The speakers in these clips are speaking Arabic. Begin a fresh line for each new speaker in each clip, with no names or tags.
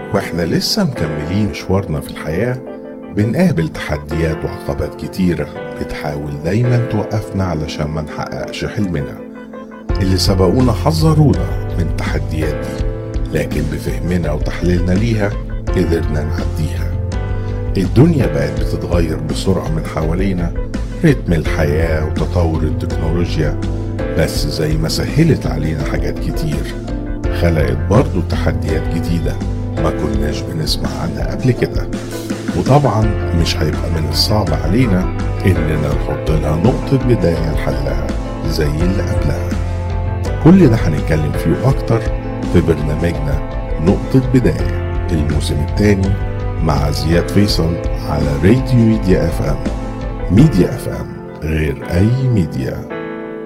واحنا لسه مكملين مشوارنا في الحياة بنقابل تحديات وعقبات كتيرة بتحاول دايما توقفنا علشان ما نحققش حلمنا. اللي سبقونا حذرونا من التحديات دي، لكن بفهمنا وتحليلنا ليها قدرنا نعديها. الدنيا بقت بتتغير بسرعة من حوالينا، رتم الحياة وتطور التكنولوجيا، بس زي ما سهلت علينا حاجات كتير خلقت برضو تحديات جديدة ما كناش بنسمع عنها قبل كده. وطبعا مش هيبقى من الصعب علينا اننا نحط لها نقطة بداية لحلها زي اللي قبلها. كل ده هنتكلم فيه اكتر في برنامجنا نقطة بداية الموسم الثاني مع زياد فيصل على راديو ميديا اف ام. ميديا اف ام غير اي ميديا.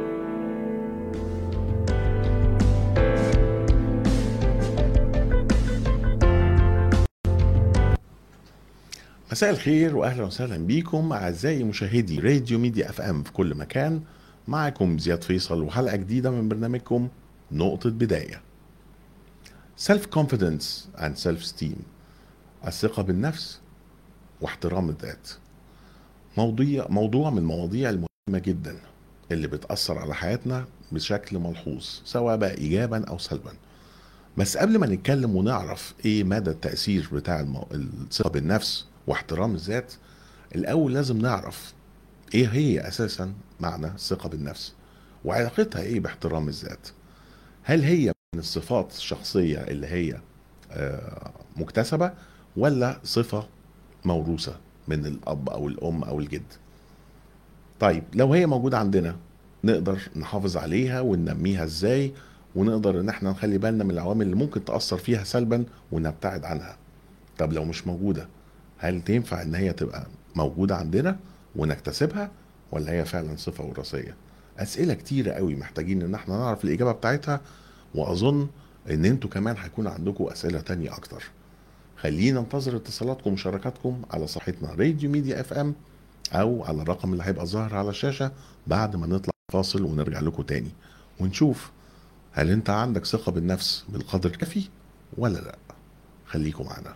مساء الخير واهلا وسهلا بيكم اعزائي مشاهدي راديو ميديا اف ام في كل مكان. معكم زياد فيصل وحلقة جديدة من برنامجكم نقطة بداية. Self confidence and self esteem، الثقة بالنفس واحترام الذات. موضوع من المواضيع المهمة جدا اللي بتأثر على حياتنا بشكل ملحوظ، سواء بقى إيجابا أو سلبا. بس قبل ما نتكلم ونعرف إيه مدى التأثير بتاع الثقة بالنفس واحترام الذات، الأول لازم نعرف إيه هي أساسا معنى الثقة بالنفس وعلاقتها إيه باحترام الذات. هل هي من الصفات الشخصية اللي هي مكتسبة، ولا صفة موروثة من الأب أو الأم أو الجد؟ طيب لو هي موجودة عندنا نقدر نحافظ عليها وننميها إزاي، ونقدر إن احنا نخلي بالنا من العوامل اللي ممكن تأثر فيها سلبا ونبتعد عنها. طب لو مش موجودة، هل تنفع إن هي تبقى موجودة عندنا ونكتسبها، ولا هي فعلا صفة وراثية؟ أسئلة كتيرة قوي محتاجين إن احنا نعرف الإجابة بتاعتها، وأظن إن انتوا كمان هيكون عندكم أسئلة تانية أكتر. خلينا ننتظر اتصالاتكم ومشاركاتكم على صفحتنا راديو ميديا اف ام، أو على الرقم اللي هيبقى ظاهر على الشاشة بعد ما نطلع فاصل ونرجع لكم تاني ونشوف هل انت عندك ثقة بالنفس بالقدر الكافي ولا لا. خليكم معنا.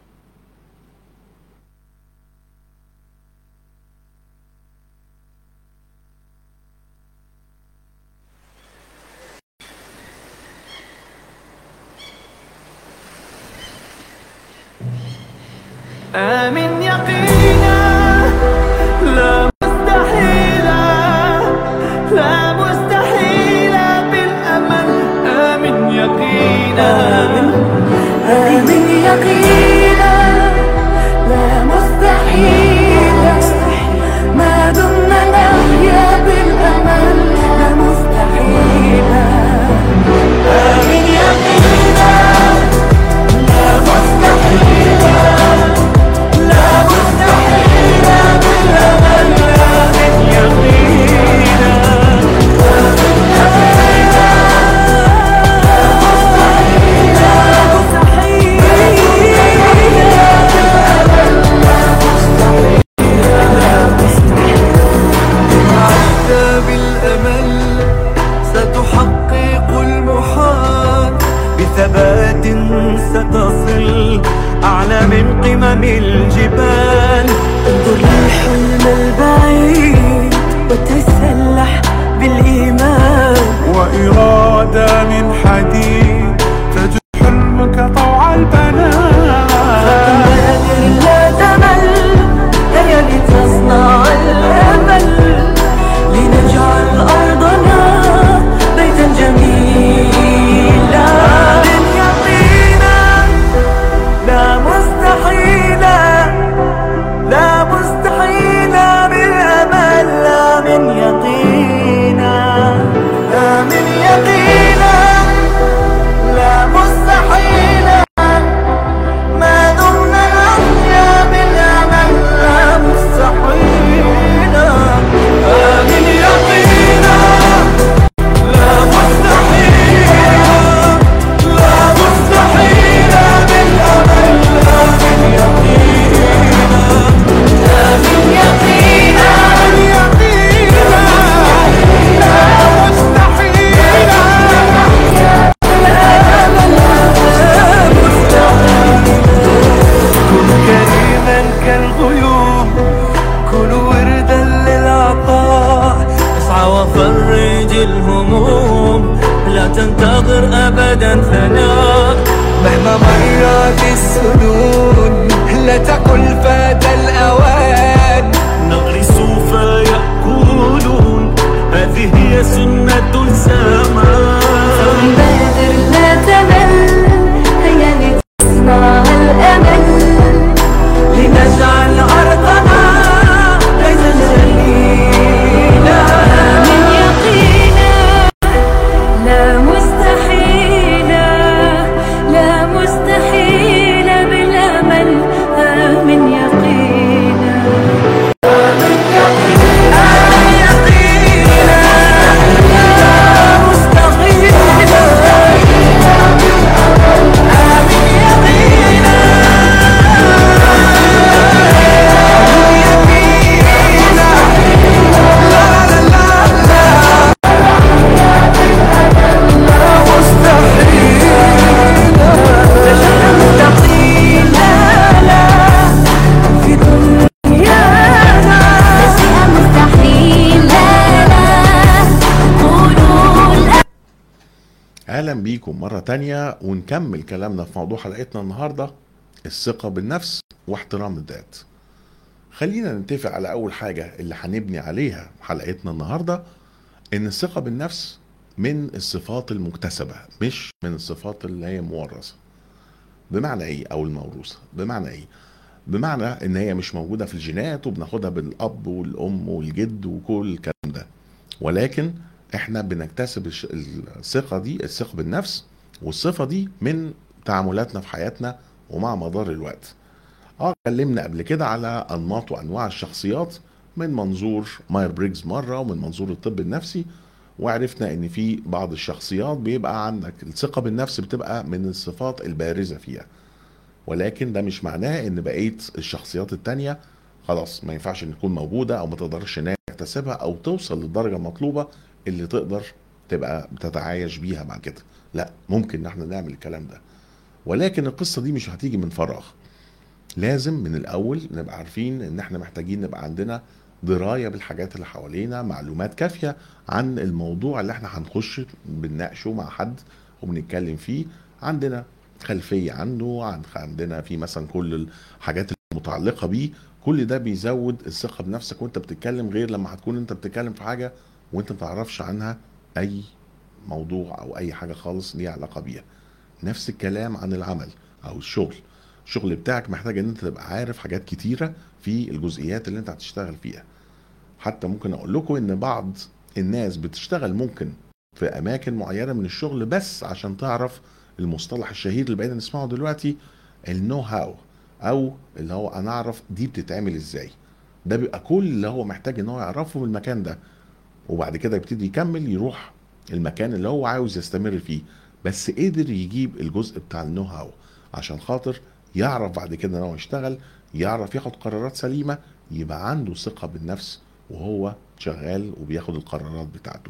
آمن يقينا لا مستحيلا، لا مستحيلا بالأمل. آمن يقينا، آمن يقينا لا مستحيلا، ما دمنا نحيا بالأمل لا مستحيلا. آمن يقينا لا مستحيلا، لا مستحيلا بالأمل. آمن يقينا، آمن يقينا لا مستحيلا، عدت بالأمل ستحقق المحال، بثبات ستصل أعلى من قمم الجبال. انظر للحلم البعيد وتسلح بالإيمان، وإرادة من حديد تجد حلمك طوع البنان. فبادر لا تمل، هيا لتصنع الأمل، لنجعل أرضنا بيتا جميلا. آمن يقينا لا مستحيلا، لا مستحيلا بالأمل. آمن يقينا، آمن يقينا ننتظر أبدا ثناء. مهما مرت السنون لا تقل فات الأوان. نغرس فيأكلون هذه هي سنة الزمان.
فبادر لا تمل هيا لتصنع الأمل.
لنجعل أرضنا بيتا جميلا.
من يقينا لا مستحيلا، لا مستحيلا بالأمل. من يقينا
اهلا بيكم مرة تانية ونكمل كلامنا في موضوع حلقتنا النهاردة، الثقة بالنفس واحترام الذات. خلينا نتفق على اول حاجة اللي هنبني عليها حلقتنا النهاردة، ان الثقة بالنفس من الصفات المكتسبة مش من الصفات اللي هي مورثة. بمعنى ايه؟ او الموروثة. بمعنى ايه؟ بمعنى ان هي مش موجودة في الجينات وبناخدها بالاب والام والجد وكل الكلام ده، ولكن احنا بنكتسب الثقة دي، الثقة بالنفس والصفة دي من تعاملاتنا في حياتنا ومع مدار الوقت. اتكلمنا قبل كده على انماط وانواع الشخصيات من منظور ماير بريجز مرة ومن منظور الطب النفسي، وعرفنا ان في بعض الشخصيات بيبقى عندك الثقة بالنفس بتبقى من الصفات البارزة فيها، ولكن ده مش معناه ان بقية الشخصيات التانية خلاص ما ينفعش ان تكون موجودة او ما تقدرش ان هي تكتسبها او توصل للدرجة المطلوبة اللي تقدر تبقى بتتعايش بيها بعد كده. لا، ممكن ان احنا نعمل الكلام ده، ولكن القصة دي مش هتيجي من فراغ. لازم من الاول نبقى عارفين ان احنا محتاجين نبقى عندنا دراية بالحاجات اللي حوالينا، معلومات كافية عن الموضوع اللي احنا هنخش بنناقشه مع حد وبنتكلم فيه. عندنا خلفية عنه، عندنا في مثلا كل الحاجات المتعلقة بيه. كل ده بيزود الثقة بنفسك وانت بتتكلم، غير لما هتكون انت بتتكلم في حاجة وانت متعرفش عنها اي موضوع او اي حاجة خالص ليها علاقة بيها. نفس الكلام عن العمل او الشغل بتاعك محتاج ان انت تبقى عارف حاجات كتيرة في الجزئيات اللي انت هتشتغل فيها. حتى ممكن اقول لكم ان بعض الناس بتشتغل ممكن في اماكن معينة من الشغل بس عشان تعرف المصطلح الشهير اللي بقينا نسمعه دلوقتي، النو هاو، او اللي هو انا اعرف دي بتتعمل ازاي. ده بيبقى كل اللي هو محتاج ان هو يعرفه من المكان ده، وبعد كده يبتدي يكمل يروح المكان اللي هو عاوز يستمر فيه، بس قدر يجيب الجزء بتاع النو هاو عشان خاطر يعرف بعد كده ان هو يشتغل، يعرف ياخد قرارات سليمة، يبقى عنده ثقة بالنفس وهو شغال وبياخد القرارات بتاعته.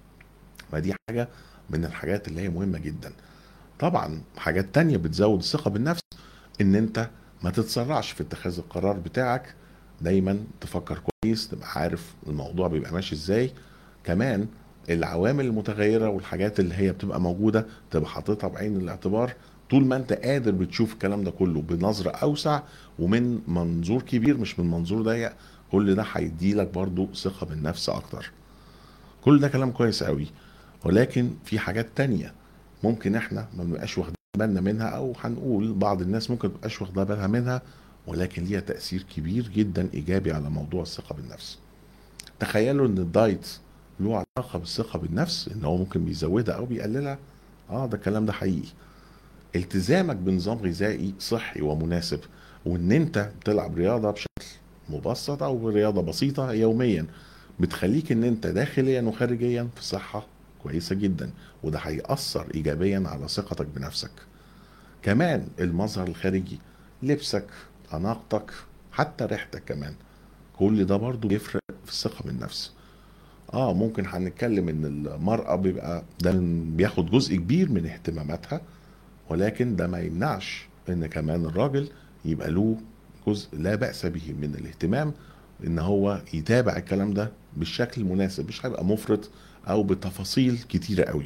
فدي حاجة من الحاجات اللي هي مهمة جدا. طبعا حاجات تانية بتزود الثقة بالنفس، ان انت ما تتسرعش في اتخاذ القرار بتاعك، دايما تفكر كويس، تبقى عارف الموضوع بيبقى ماشي ازاي. كمان العوامل المتغيرة والحاجات اللي هي بتبقى موجودة تبقى حاططها بعين الاعتبار طول ما انت قادر بتشوف الكلام ده كله بنظرة اوسع ومن منظور كبير مش من منظور ضيق. كل ده هيديلك برضو ثقة بالنفس اكتر. كل ده كلام كويس قوي، ولكن في حاجات تانية ممكن احنا ما بنبقاش واخدين بالنا منها، او هنقول بعض الناس ممكن ما تبقاش واخده بالها منها، ولكن ليها تأثير كبير جدا ايجابي على موضوع الثقة بالنفس. تخيلوا ان الدايت له علاقة بالثقة بالنفس، ان هو ممكن بيزودها او بيقللها. ده الكلام ده حقيقي. التزامك بنظام غذائي صحي ومناسب، وان انت بتلعب رياضة بشكل مبسط او رياضة بسيطة يوميا، بتخليك ان انت داخليا وخارجيا في صحة كويسة جدا، وده هيأثر ايجابيا على ثقتك بنفسك. كمان المظهر الخارجي، لبسك، اناقتك، حتى ريحتك كمان، كل ده برضو بيفرق في الثقة بالنفس. ممكن هنتكلم ان المرأة بيبقى ده بياخد جزء كبير من اهتماماتها، ولكن ده ما يمنعش ان كمان الراجل يبقى له جزء لا بأس به من الاهتمام، ان هو يتابع الكلام ده بالشكل المناسب، مش هيبقى مفرط او بتفاصيل كتيرة قوي،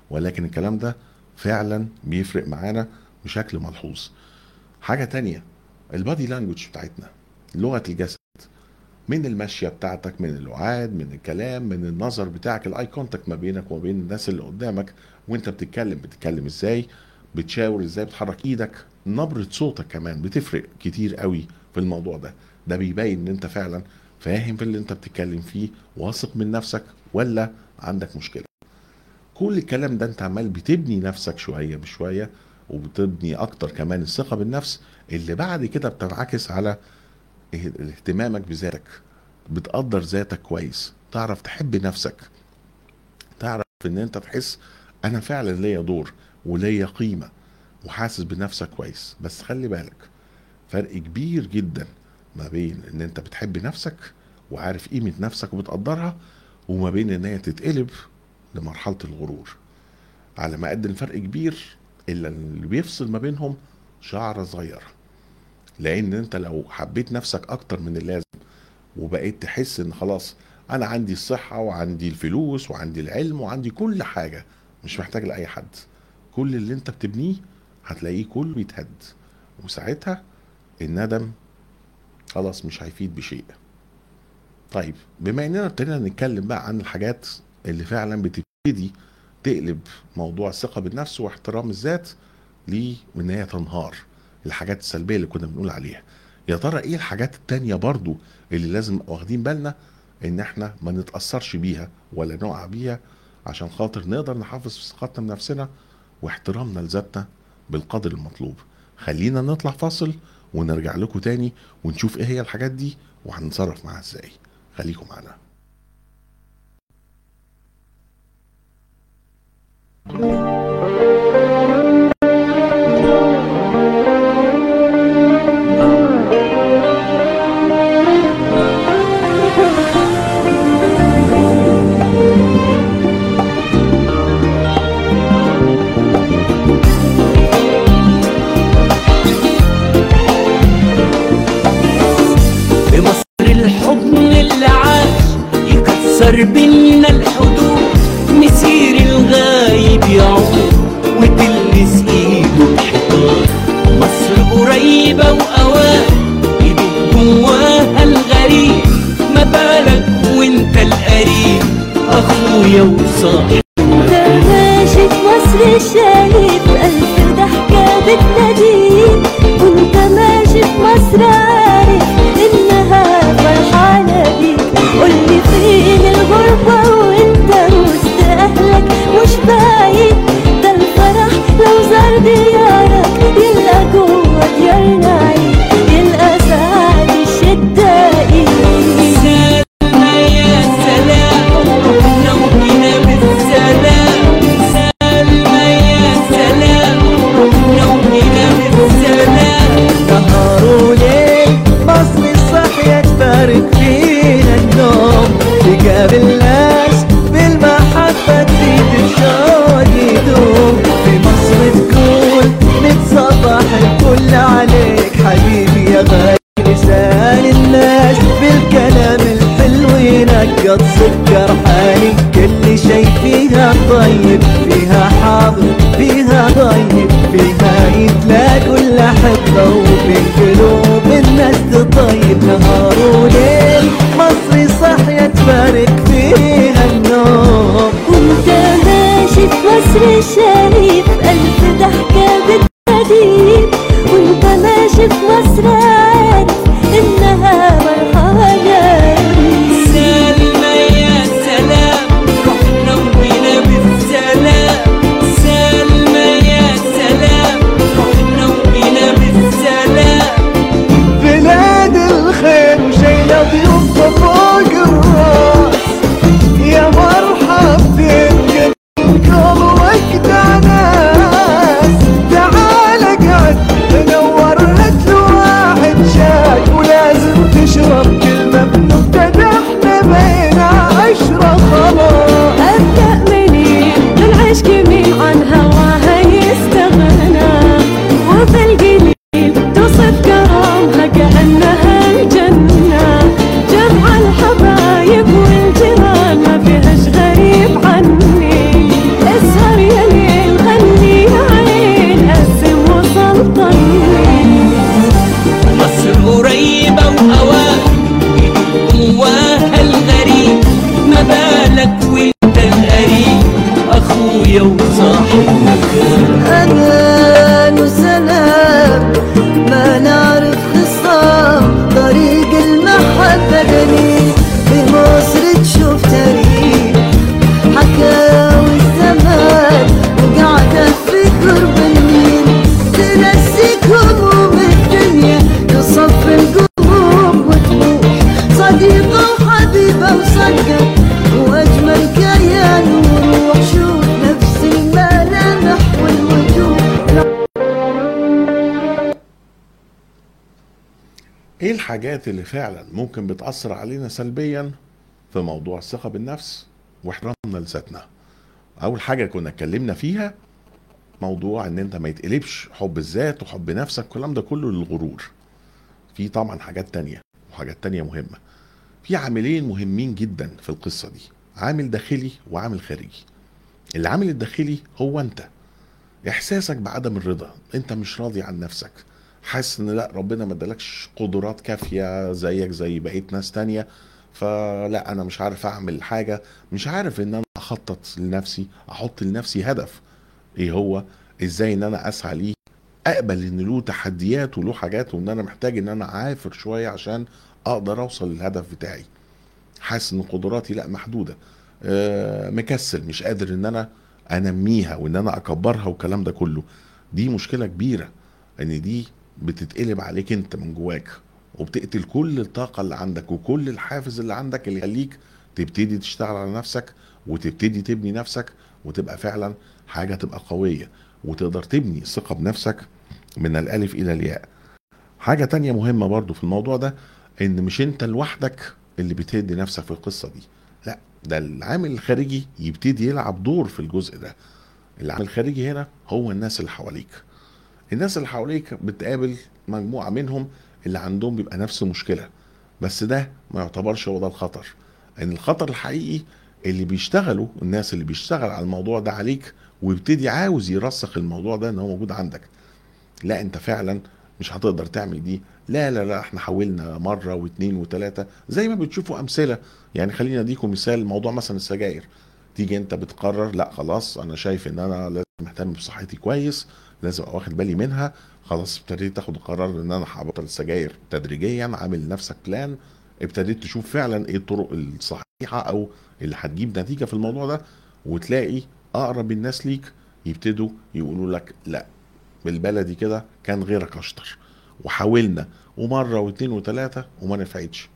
ولكن الكلام ده فعلا بيفرق معانا بشكل ملحوظ. حاجة تانية، البادي لانجوج بتاعتنا، لغة الجسد، من المشية بتاعتك، من الوعاد، من الكلام، من النظر بتاعك، الاي كونتاكت ما بينك وما بين الناس اللي قدامك وانت بتتكلم ازاي، بتشاور ازاي، بتحرك ايدك، نبرة صوتك كمان بتفرق كتير قوي في الموضوع ده. ده بيبين ان انت فعلا فاهم في اللي انت بتتكلم فيه، واثق من نفسك، ولا عندك مشكلة. كل الكلام ده انت عمال بتبني نفسك شوية بشوية، وبتبني اكتر كمان الثقة بالنفس اللي بعد كده بتنعكس على اهتمامك بذاتك، بتقدر ذاتك كويس، تعرف تحب نفسك، تعرف ان انت تحس انا فعلا ليا دور وليا قيمة، وحاسس بنفسك كويس. بس خلي بالك، فرق كبير جدا ما بين ان انت بتحب نفسك وعارف قيمة نفسك وبتقدرها، وما بين ان هي تتقلب لمرحلة الغرور. على ما قد الفرق كبير، الا اللي بيفصل ما بينهم شعرة صغيرة. لان انت لو حبيت نفسك اكتر من اللازم، وبقيت تحس ان خلاص انا عندي الصحة وعندي الفلوس وعندي العلم وعندي كل حاجة، مش محتاج لأي حد، كل اللي انت بتبنيه هتلاقيه كله بيتهد، وساعتها الندم خلاص مش هيفيد بشيء. طيب، بما اننا ابتدينا نتكلم بقى عن الحاجات اللي فعلا بتبتدي تقلب موضوع الثقة بالنفس واحترام الذات وان هي تنهار، الحاجات السلبية اللي كنا بنقول عليها، يا ترى ايه الحاجات التانية برضو اللي لازم واخدين بالنا ان احنا ما نتأثرش بيها ولا نقع بيها، عشان خاطر نقدر نحافظ في ثقتنا بنفسنا واحترامنا لذاتنا بالقدر المطلوب. خلينا نطلع فاصل ونرجع لكم تاني ونشوف ايه هي الحاجات دي وهنتصرف معاها ازاي. خليكم معنا.
بينا الحدود، مسير الغايب يعود وتلمس ايده بحيطان. مصر قريبة وأوان ايدك جواها الغريب، ما بالك وانت القريب اخويا وصاحبي.
انت ماشي في مصر شايف ألف ضحكة بتناديك، وانت ماشي في مصر عارف انها فرحانة بيك. قولي فين الغربة وانت وسط اهلك مش بعيد، ده الفرح لو زار ديارك يلقى جوه ديارنا عيد، يلقى سعد الشدة
سلمى يا سلام رحنا وجينا بالسلام، سلمى يا سلام رحنا وجينا بالسلام.
نهار وليل مصر صاحية تبارك فينا النوم، تقابل ناس بالمحبة تزيد الشوق يدوم. في مصر تقول نتصبح الكل عليك حبيبي يا غالي، لسان الناس بالكلام الحلو ينقط سكر حالي. كل شي فيها طيب، فيها حاضر فيها طيب، فيها يتلاقوا الأحبة وبين قلوب الناس تطيب. نهار وليل مصري صاحية تبارك فيها النوم.
وانت ماشي في مصر شايف ألف ضحكة بتناديك، وانت ماشي في مصر عارف انها مرحبا بيك.
سلمى يا سلام رحنا وجينا بالسلام، سلمى يا سلام رحنا وجينا بالسلام.
بلاد الخير وشينا ضيوفها فوق الراس، يا مرحب بك الكل وجدع ناس. تعال اقعد نور لك واحد
ايه الحاجات اللي فعلا ممكن بتأثر علينا سلبيا في موضوع الثقة بالنفس واحترامنا لذاتنا؟ اول حاجة كنا اتكلمنا فيها موضوع ان انت ما يتقلبش حب الذات وحب نفسك الكلام ده كله للغرور. في طبعا حاجات تانية وحاجات تانية مهمة. في عاملين مهمين جدا في القصة دي، عامل داخلي وعامل خارجي. العامل الداخلي هو انت، احساسك بعدم الرضا، انت مش راضي عن نفسك، حاسس ان لا ربنا ما ادالكش قدرات كافية زيك زي بقية ناس تانية، فلا انا مش عارف اعمل حاجة، مش عارف ان انا اخطط لنفسي، احط لنفسي هدف ايه هو، ازاي ان انا اسعى ليه، اقبل ان له تحديات وله حاجات وان انا محتاج ان انا اعافر شوية عشان اقدر اوصل للهدف بتاعي. حاسس ان قدراتي لا محدودة، مكسل مش قادر ان انا انميها وان انا اكبرها والكلام ده كله. دي مشكلة كبيرة، ان دي بتتقلب عليك انت من جواك وبتقتل كل الطاقة اللي عندك وكل الحافز اللي عندك اللي يخليك تبتدي تشتغل على نفسك وتبتدي تبني نفسك وتبقى فعلا حاجة تبقى قوية وتقدر تبني الثقة بنفسك من الألف إلى الياء. حاجة تانية مهمة برضو في الموضوع ده، ان مش انت لوحدك اللي بتهدي نفسك في القصة دي، لا ده العامل الخارجي يبتدي يلعب دور في الجزء ده. العامل الخارجي هنا هو الناس اللي حواليك. الناس اللي حواليك بتقابل مجموعة منهم اللي عندهم بيبقى نفس المشكلة، بس ده ما يعتبرش هو ده الخطر. ان الخطر الحقيقي اللي بيشتغلوا، الناس اللي بيشتغل على الموضوع ده عليك ويبتدي عاوز يرسخ الموضوع ده ان هو موجود عندك. لا انت فعلا مش هتقدر تعمل دي، لا لا لا احنا حاولنا مرة واثنين وثلاثة زي ما بتشوفوا امثلة. يعني خلينا اديكم مثال، موضوع مثلا السجاير. تيجي انت بتقرر لا خلاص انا شايف ان انا لازم اهتم بصحتي كويس، لازم ابقى واخد بالي منها، خلاص ابتديت تاخد القرار ان انا هبطل السجاير تدريجيا، عامل لنفسك بلان، ابتديت تشوف فعلا ايه الطرق الصحيحة او اللي هتجيب نتيجة في الموضوع ده، وتلاقي اقرب الناس ليك يبتدوا يقولوا لك لا، بالبلدي كده كان غيرك اشطر، وحاولنا ومره واثنين وثلاثه وما نفعتش،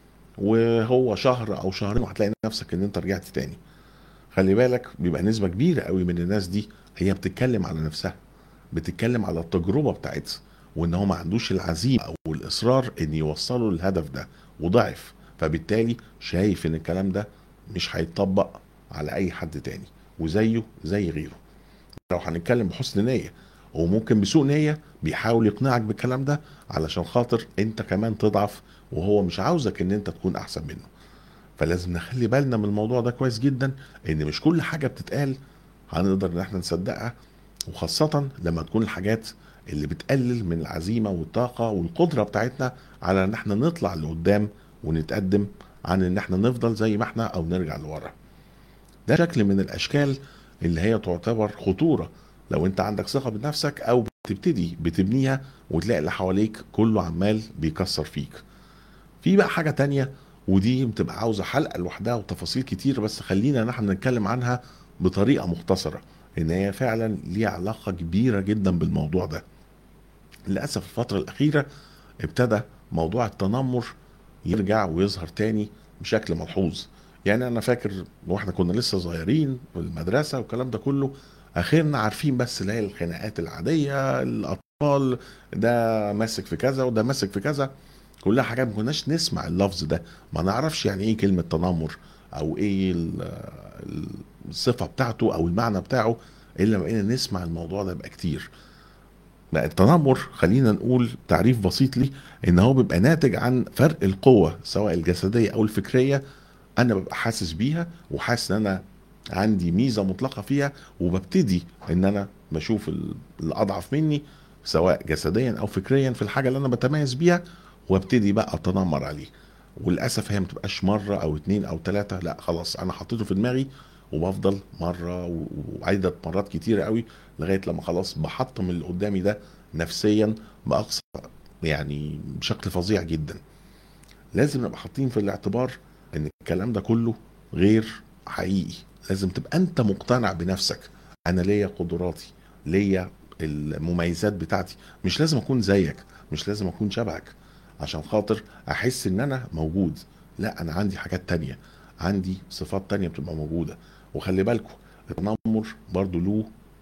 وهو شهر او شهرين وهتلاقي نفسك ان انت رجعت تاني. خلي بالك بيبقى نسبه كبيره قوي من الناس دي هي بتتكلم على نفسها، بتتكلم على التجربه بتاعتها وان هو ما عندوش العزيمه او الاصرار ان يوصلوا للهدف ده وضعف، فبالتالي شايف ان الكلام ده مش هيتطبق على اي حد تاني وزيه زي غيره. لو هنتكلم بحسن نية وممكن بسوء نية بيحاول يقنعك بالكلام ده علشان خاطر انت كمان تضعف، وهو مش عاوزك ان انت تكون احسن منه. فلازم نخلي بالنا من الموضوع ده كويس جدا، ان مش كل حاجة بتتقال هنقدر ان احنا نصدقها، وخاصة لما تكون الحاجات اللي بتقلل من العزيمة والطاقة والقدرة بتاعتنا على ان احنا نطلع لقدام ونتقدم، عن ان احنا نفضل زي ما احنا او نرجع لورا. ده شكل من الاشكال اللي هي تعتبر خطورة لو انت عندك ثقة بنفسك او بتبتدي بتبنيها وتلاقي اللي حواليك كله عمال بيكسر فيك. في بقى حاجة تانية ودي بتبقى عاوزة حلقة لوحدها وتفاصيل كتير، بس خلينا نحن نتكلم عنها بطريقة مختصرة، ان هي فعلا ليها علاقة كبيرة جدا بالموضوع ده. للأسف الفترة الأخيرة ابتدى موضوع التنمر يرجع ويظهر تاني بشكل ملحوظ. يعني انا فاكر واحنا كنا لسه صغيرين في المدرسه والكلام ده كله، اخرنا عارفين بس اللي هي الخناقات العاديه، الاطفال ده ماسك في كذا وده ماسك في كذا، كلها حاجات ما كناش نسمع اللفظ ده، ما نعرفش يعني ايه كلمه تنمر او ايه الصفه بتاعته او المعنى بتاعه، الا لما بقينا نسمع الموضوع ده بقى كتير. بقى التنمر خلينا نقول تعريف بسيط ليه، ان هو بيبقى ناتج عن فرق القوة سواء الجسدية او الفكرية. انا ببقى حاسس بيها وحاسس ان انا عندي ميزة مطلقة فيها، وببتدي ان انا بشوف الاضعف مني سواء جسديا او فكريا في الحاجة اللي انا بتميز بيها، وابتدي بقى اتنمر عليه. وللاسف هي ما تبقاش مرة او اتنين او تلاتة، لا خلاص انا حطيته في دماغي وبفضل مرة وعدة مرات كتيرة قوي لغاية لما خلاص بحطم اللي قدامي ده نفسيا بأقصى، يعني بشكل فظيع جدا. لازم نبقى حاطين في الاعتبار ان الكلام ده كله غير حقيقي. لازم تبقى انت مقتنع بنفسك، انا ليا قدراتي، ليا المميزات بتاعتي، مش لازم اكون زيك، مش لازم اكون شبهك عشان خاطر احس ان انا موجود. لا انا عندي حاجات تانية، عندي صفات تانية بتبقى موجودة. وخلي بالكم التنمر برضو له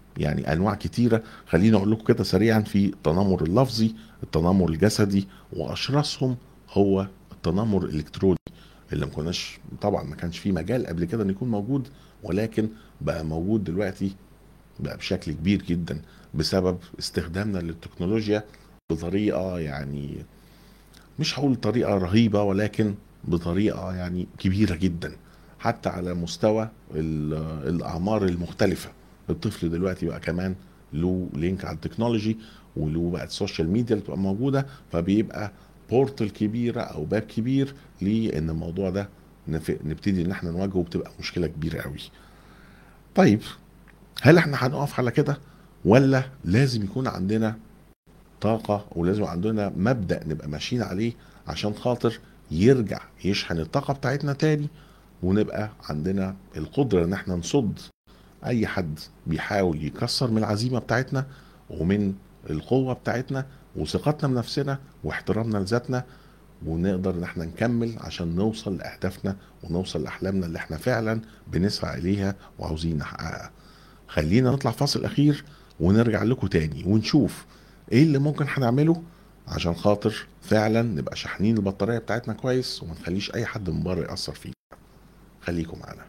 يعني انواع كتيره. خليني اقول لكم كده سريعا: في التنمر اللفظي، التنمر الجسدي، واشرسهم هو التنمر الالكتروني، اللي ما كانش فيه مجال قبل كده ان يكون موجود، ولكن بقى موجود دلوقتي بقى بشكل كبير جدا بسبب استخدامنا للتكنولوجيا بطريقه، يعني مش هقول طريقه رهيبه، ولكن بطريقه يعني كبيره جدا، حتى على مستوى الاعمار المختلفه. الطفل دلوقتي بقى كمان له لينك على التكنولوجي، وله بقى السوشيال ميديا اللي بتبقى موجوده، فبيبقى بورتل كبيره او باب كبير لان الموضوع ده نبتدي ان احنا نواجهه، وبتبقى مشكله كبيره قوي. طيب، هل احنا هنقف على كده، ولا لازم يكون عندنا طاقة ولازم عندنا مبدأ نبقى ماشيين عليه عشان خاطر يرجع يشحن الطاقة بتاعتنا تاني، ونبقى عندنا القدرة ان احنا نصد اي حد بيحاول يكسر من العزيمة بتاعتنا ومن القوة بتاعتنا وثقتنا بنفسنا واحترامنا لذاتنا، ونقدر ان احنا نكمل عشان نوصل لأهدافنا ونوصل لأحلامنا اللي احنا فعلا بنسعى اليها وعاوزين نحققها. خلينا نطلع فاصل اخير ونرجع لكم تاني ونشوف ايه اللي ممكن هنعمله عشان خاطر فعلا نبقى شاحنين البطارية بتاعتنا كويس، وما نخليش اي حد من بره يأثر فينا. خليكم معنا.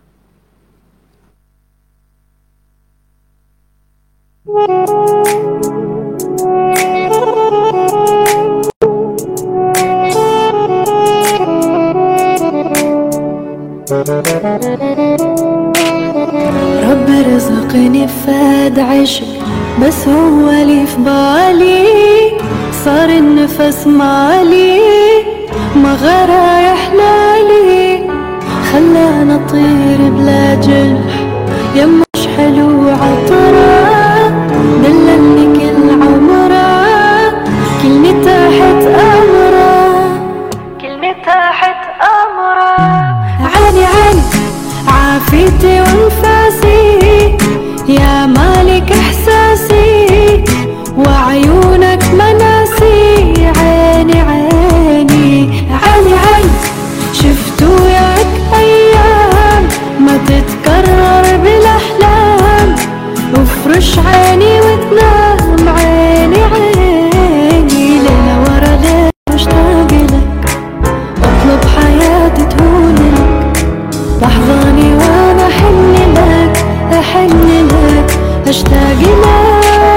رب رزقني فاد عشق، بس هو اللي في بالي، صار النفس مالي، ما غرا يحلالي، خلانا نطير بلا جنح، يا مش حلو عطرة، دللني كل عمره، كلني تحت أمره، كلني تحت أمره، عاني عاني عافيتي وانفاسي، يا مالك احساسي، وعيونك مناسي، عيني عيني عيني عيني، شفت وياك ايام ما تتكرر بالاحلام، افرش عيني وتنام، عيني عيني، ليلة ورا ليلة اشتاق لك، اطلب حياتي تهون لك، لحظاني وانا احن لك، احن لك، اشتاق لك.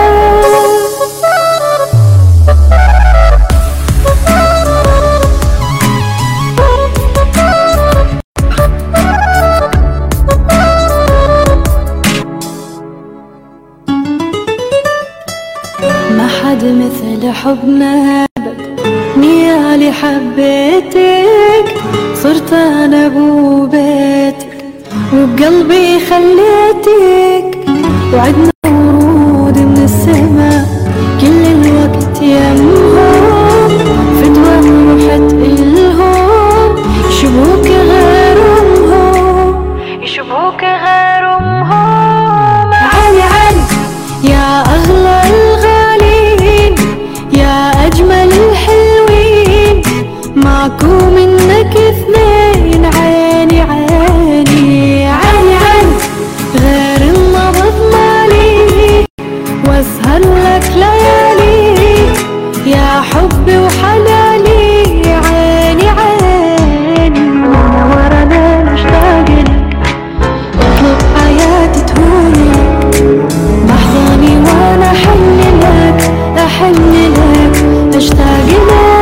ما حد مثل حبنا ابد، نيالي حبيتك، صرت انا ابو بيتك، وبقلبي خليتك، وعدنا ورود من السما، كل الوقت يمهم، فدوى روحت إلهم، يشبهوك غيرهم، يشبهوك غيرهم، عالي عالي يا أغلى الغالين، يا أجمل الحلوين، معكو منك اثنين، عيني عيني عيني عيني، غير النبض مالي، واسهر لك ليالي، يا حبي وحلالي، عيني عيني، ورا ليل اشتاق لك، اطلب حياتي تهون لك، بحضاني وانا احن لك، احن لك، اشتاق لك.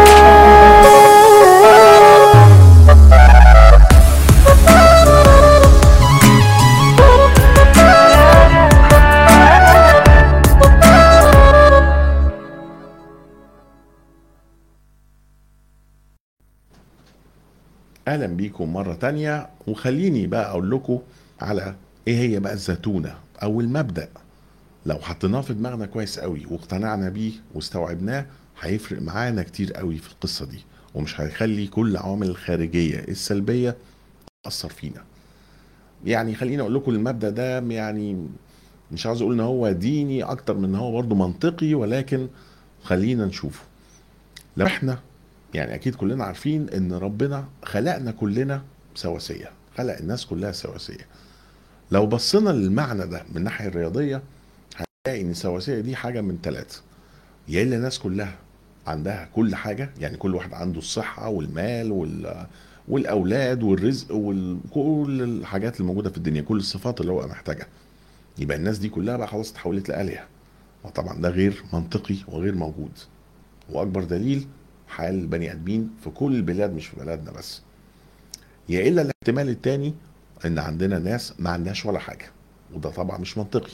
اهلا بيكم مرة تانية، وخليني بقى اقول لكم على ايه هي بقى الزتونة او المبدأ. لو حطيناه في دماغنا كويس قوي واقتنعنا بيه واستوعبناه، هيفرق معانا كتير قوي في القصة دي، ومش هيخلي كل العوامل الخارجية السلبية تأثر فينا. يعني خليني اقول لكم المبدأ ده، يعني مش عاوز اقول ان هو ديني اكتر من ان هو برضه منطقي، ولكن خلينا نشوفه. لو احنا يعني اكيد كلنا عارفين ان ربنا خلقنا كلنا سواسية، خلق الناس كلها سواسية. لو بصينا للمعنى ده من الناحية الرياضية، هتلاقي ان السواسية دي حاجة من 3: يا الا الناس كلها عندها كل حاجة، يعني كل واحد عنده الصحة والمال والاولاد والرزق وكل الحاجات اللي موجودة في الدنيا، كل الصفات اللي هو محتاجها، يبقى الناس دي كلها بقى خلاص اتحولت لآلهة. وطبعا ده غير منطقي وغير موجود، واكبر دليل حال البني ادمين في كل البلاد مش في بلدنا بس. يا الا الاحتمال التاني ان عندنا ناس ما عندهاش ولا حاجة، وده طبعا مش منطقي.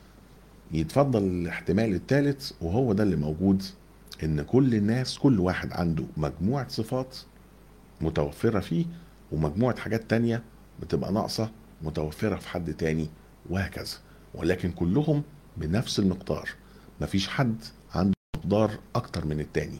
يتفضل الاحتمال الثالث وهو ده اللي موجود، ان كل الناس كل واحد عنده مجموعة صفات متوفرة فيه، ومجموعة حاجات تانية بتبقى ناقصة متوفرة في حد تاني، وهكذا، ولكن كلهم بنفس المقدار، مفيش حد عنده مقدار اكتر من التاني.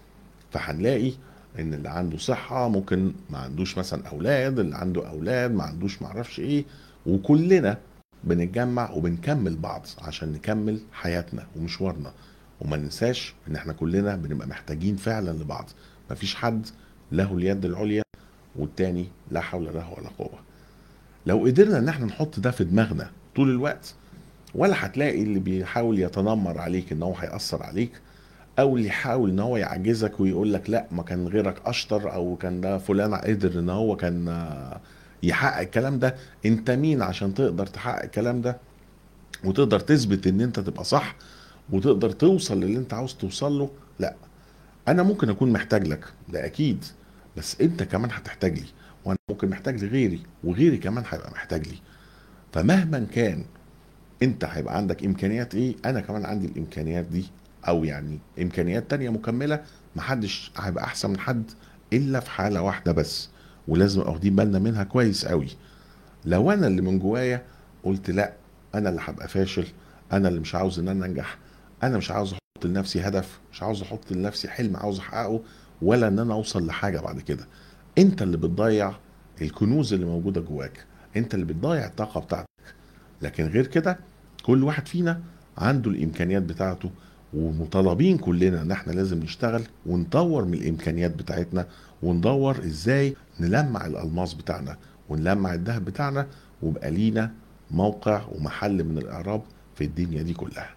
فهنلاقي ان اللي عنده صحة ممكن ما عندوش مثلا اولاد، اللي عنده اولاد ما عندوش معرفش ايه، وكلنا بنتجمع وبنكمل بعض عشان نكمل حياتنا ومشوارنا. وما ننساش ان احنا كلنا بنبقى محتاجين فعلا لبعض، مفيش حد له اليد العليا والتاني لا حول له ولا قوة. لو قدرنا ان احنا نحط ده في دماغنا طول الوقت، ولا هتلاقي اللي بيحاول يتنمر عليك ان هو هيأثر عليك، او اللي يحاول ان هو يعجزك ويقول لك لا ما كان غيرك اشطر، او كان ده فلان قدر ان هو كان يحقق الكلام ده. انت مين عشان تقدر تحقق الكلام ده وتقدر تثبت ان انت تبقى صح وتقدر توصل للي انت عاوز توصل له؟ لا، انا ممكن اكون محتاج لك ده اكيد، بس انت كمان هتحتاج لي، وانا ممكن محتاج لغيري، وغيري كمان هيبقى محتاج لي. فمهما كان انت هيبقى عندك امكانيات ايه، انا كمان عندي الامكانيات دي، او يعني امكانيات تانية مكملة. محدش هيبقى احسن من حد الا في حالة واحدة بس، ولازم واخدين بالنا منها كويس قوي. لو انا اللي من جوايا قلت لا، انا اللي هبقى فاشل، انا اللي مش عاوز ان انا انجح، انا مش عاوز احط لنفسي هدف، مش عاوز احط لنفسي حلم عاوز احققه، ولا ان انا اوصل لحاجة بعد كده، انت اللي بتضيع الكنوز اللي موجودة جواك، انت اللي بتضيع الطاقة بتاعتك. لكن غير كده كل واحد فينا عنده الامكانيات بتاعته، ومطالبين كلنا ان احنا لازم نشتغل ونطور من الامكانيات بتاعتنا، وندور ازاي نلمع الالماس بتاعنا ونلمع الذهب بتاعنا، ويبقى لينا موقع ومحل من الاعراب في الدنيا دي كلها.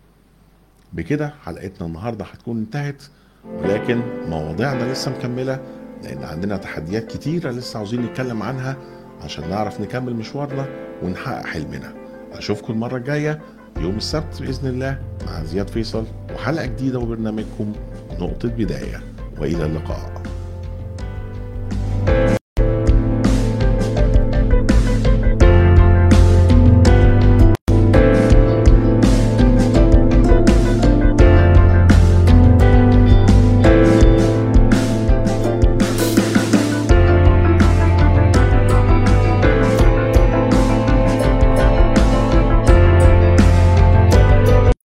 بكده حلقتنا النهارده هتكون انتهت، ولكن مواضيعنا لسه مكمله، لان عندنا تحديات كتيره لسه عاوزين نتكلم عنها عشان نعرف نكمل مشوارنا ونحقق حلمنا. اشوفكم المره الجايه يوم السبت باذن الله مع زياد فيصل، وحلقه جديده وبرنامجكم نقطه بدايه، والى اللقاء.